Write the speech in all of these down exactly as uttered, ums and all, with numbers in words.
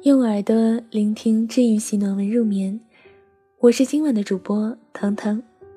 用耳朵聆听治愈系暖文入眠，我是今晚的主播汤汤。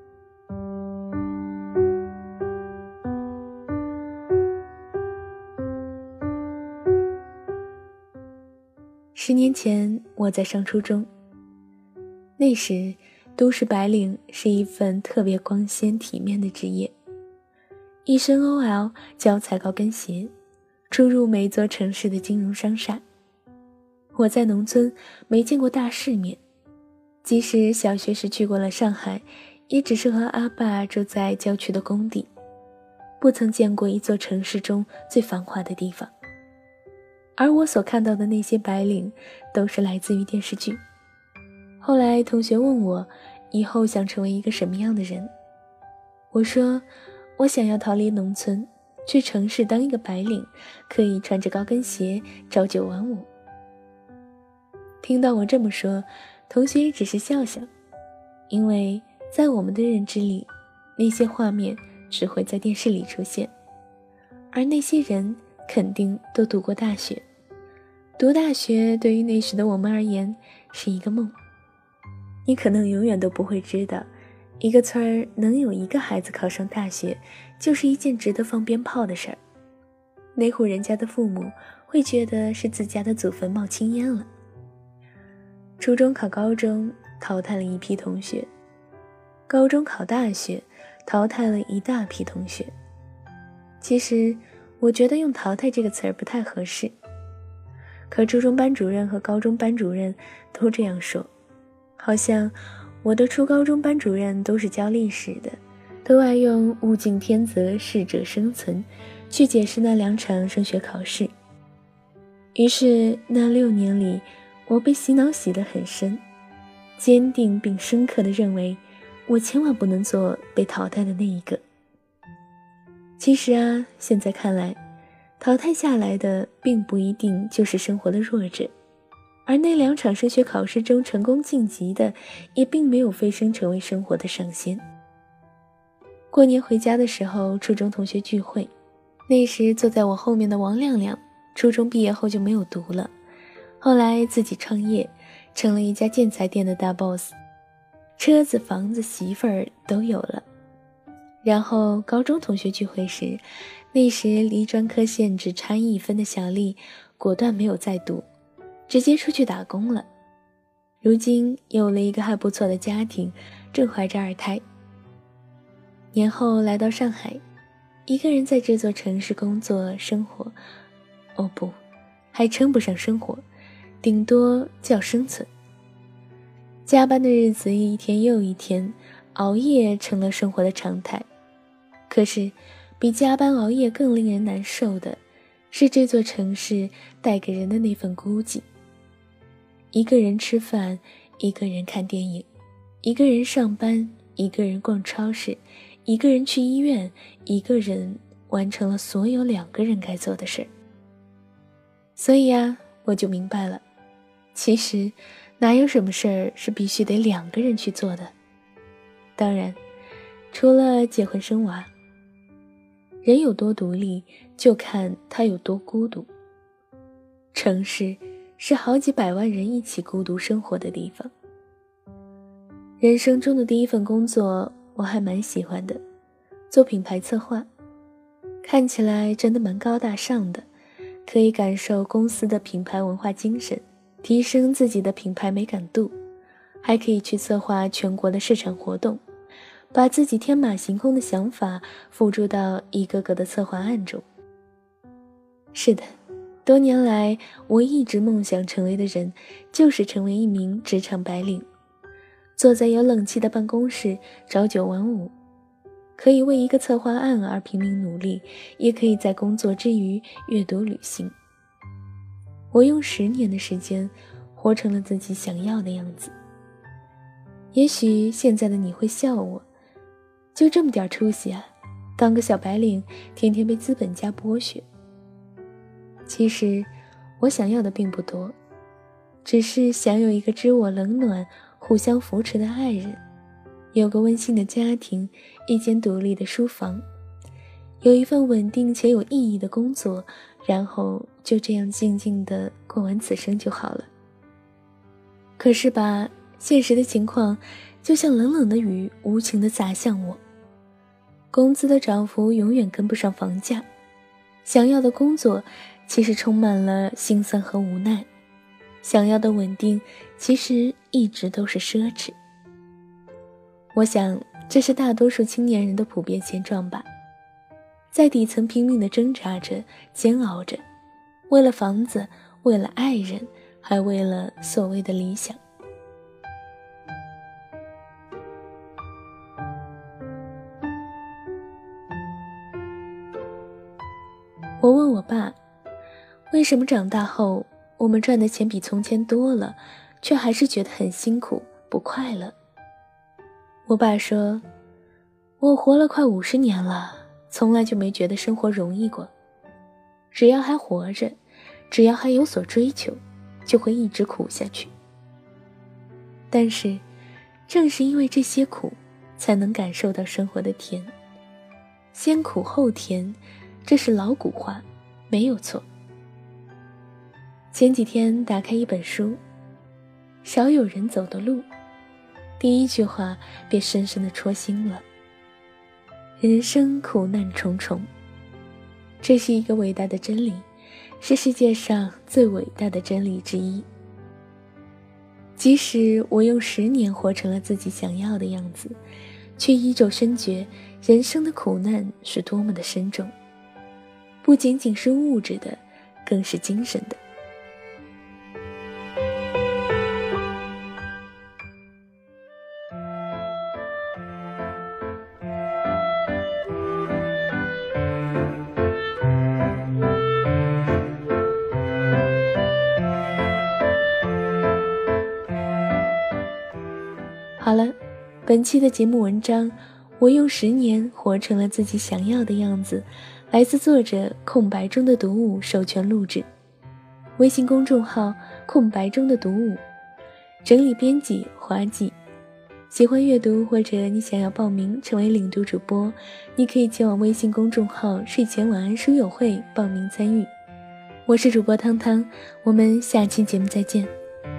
十年前我在上初中，那时都市白领是一份特别光鲜体面的职业，一身 O L 脚踩高跟鞋，出入每座城市的金融商厦。我在农村没见过大世面，即使小学时去过了上海，也只是和阿爸住在郊区的工地，不曾见过一座城市中最繁华的地方。而我所看到的那些白领都是来自于电视剧。后来同学问我以后想成为一个什么样的人，我说我想要逃离农村，去城市当一个白领，可以穿着高跟鞋朝九晚五。听到我这么说，同学也只是笑笑，因为在我们的认知里，那些画面只会在电视里出现，而那些人肯定都读过大学。读大学对于那时的我们而言是一个梦。你可能永远都不会知道，一个村儿能有一个孩子考上大学，就是一件值得放鞭炮的事儿。那户人家的父母会觉得是自家的祖坟冒青烟了。初中考高中淘汰了一批同学，高中考大学淘汰了一大批同学。其实我觉得用淘汰这个词儿不太合适，可初中班主任和高中班主任都这样说，好像我的初高中班主任都是教历史的，都爱用物竞天择适者生存去解释那两场升学考试。于是那六年里，我被洗脑洗得很深，坚定并深刻地认为我千万不能做被淘汰的那一个。其实啊，现在看来，淘汰下来的并不一定就是生活的弱者，而那两场升学考试中成功晋级的，也并没有飞升成为生活的上仙。过年回家的时候，初中同学聚会，那时坐在我后面的王亮亮，初中毕业后就没有读了，后来自己创业，成了一家建材店的大 boss， 车子房子媳妇儿都有了。然后高中同学聚会时，那时离专科线只差一分的小丽果断没有再读，直接出去打工了。如今有了一个还不错的家庭，正怀着二胎。年后来到上海，一个人在这座城市工作生活，哦不，还称不上生活，顶多叫生存。加班的日子一天又一天，熬夜成了生活的常态。可是比加班熬夜更令人难受的是这座城市带给人的那份孤寂。一个人吃饭，一个人看电影，一个人上班，一个人逛超市，一个人去医院，一个人完成了所有两个人该做的事。所以啊，我就明白了，其实哪有什么事儿是必须得两个人去做的。当然，除了结婚生娃，人有多独立，就看他有多孤独。城市是好几百万人一起孤独生活的地方。人生中的第一份工作我还蛮喜欢的，做品牌策划，看起来真的蛮高大上的，可以感受公司的品牌文化精神，提升自己的品牌美感度，还可以去策划全国的市场活动，把自己天马行空的想法付诸到一个个的策划案中。是的，多年来我一直梦想成为的人，就是成为一名职场白领，坐在有冷气的办公室，朝九晚五，可以为一个策划案而拼命努力，也可以在工作之余阅读旅行。我用十年的时间活成了自己想要的样子。也许现在的你会笑我，就这么点出息啊，当个小白领，天天被资本家剥削。其实我想要的并不多，只是想有一个知我冷暖、互相扶持的爱人，有个温馨的家庭，一间独立的书房，有一份稳定且有意义的工作，然后就这样静静地过完此生就好了。 可是吧，现实的情况就像冷冷的雨无情地砸向我。工资的涨幅永远跟不上房价，想要的工作其实充满了心酸和无奈，想要的稳定其实一直都是奢侈。我想这是大多数青年人的普遍现状吧，在底层拼命地挣扎着，煎熬着，为了房子，为了爱人，还为了所谓的理想。我问我爸，为什么长大后我们赚的钱比从前多了，却还是觉得很辛苦不快乐？我爸说，我活了快五十年了，从来就没觉得生活容易过。只要还活着，只要还有所追求，就会一直苦下去。但是正是因为这些苦，才能感受到生活的甜。先苦后甜，这是老古话，没有错。前几天打开一本书，少有人走的路，第一句话便深深地戳心了。人生苦难重重，这是一个伟大的真理，是世界上最伟大的真理之一。即使我用十年活成了自己想要的样子，却依旧深觉人生的苦难是多么的深重，不仅仅是物质的，更是精神的。好了，本期的节目文章，我用十年活成了自己想要的样子，来自作者空白中的读物授权录制，微信公众号空白中的读物，整理编辑花季。喜欢阅读或者你想要报名成为领读主播，你可以前往微信公众号睡前晚安书友会报名参与。我是主播汤汤，我们下期节目再见。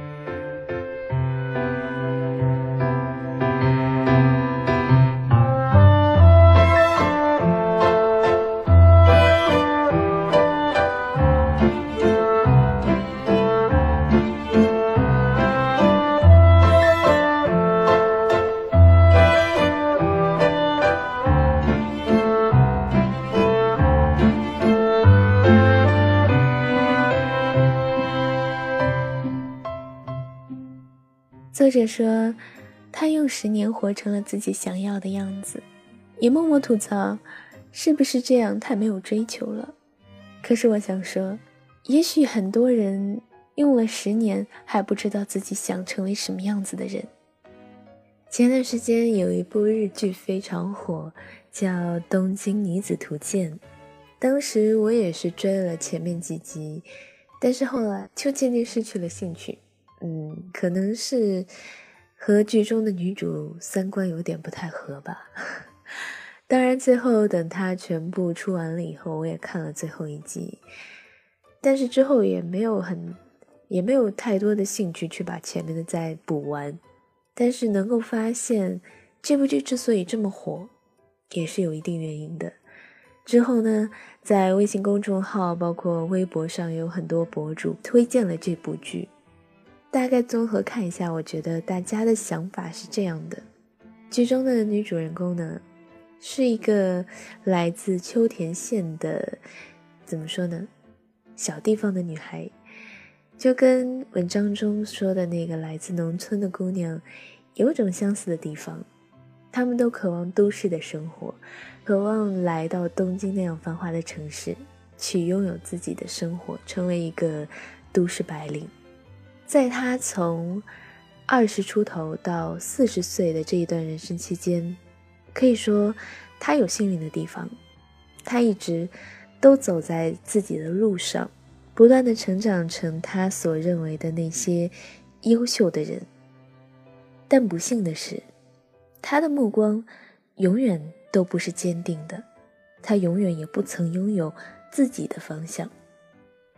作者说，他用十年活成了自己想要的样子，也默默吐槽，是不是这样太没有追求了？可是我想说，也许很多人用了十年还不知道自己想成为什么样子的人。前段时间有一部日剧非常火，叫《东京女子图鉴》，当时我也是追了前面几集，但是后来就渐渐失去了兴趣。嗯，可能是和剧中的女主三观有点不太合吧。当然最后等它全部出完了以后，我也看了最后一集，但是之后也没有很也没有太多的兴趣去把前面的再补完。但是能够发现这部剧之所以这么火，也是有一定原因的。之后呢，在微信公众号包括微博上有很多博主推荐了这部剧，大概综合看一下，我觉得大家的想法是这样的。剧中的女主人公呢，是一个来自秋田县的，怎么说呢，小地方的女孩，就跟文章中说的那个来自农村的姑娘有种相似的地方。她们都渴望都市的生活，渴望来到东京那样繁华的城市，去拥有自己的生活，成为一个都市白领。在他从二十出头到四十岁的这一段人生期间，可以说他有幸运的地方，他一直都走在自己的路上，不断地成长成他所认为的那些优秀的人。但不幸的是，他的目光永远都不是坚定的，他永远也不曾拥有自己的方向。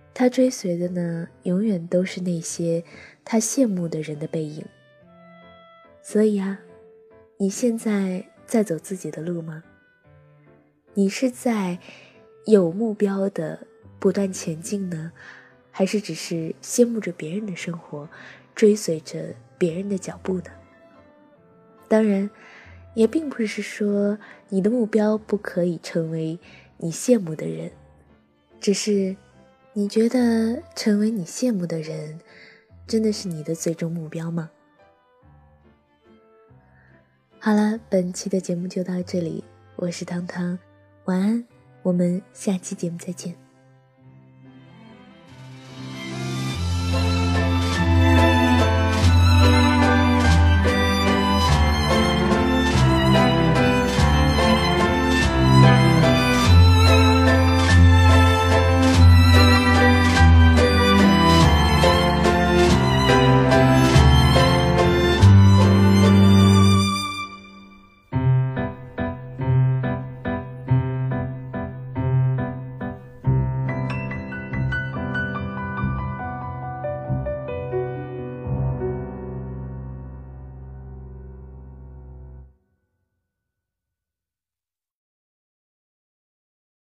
他追随的呢，永远都是那些他羡慕的人的背影。所以啊，你现在在走自己的路吗？你是在有目标的不断前进呢，还是只是羡慕着别人的生活，追随着别人的脚步呢？当然，也并不是说你的目标不可以成为你羡慕的人，只是你觉得成为你羡慕的人，真的是你的最终目标吗？好了，本期的节目就到这里，我是汤汤，晚安，我们下期节目再见。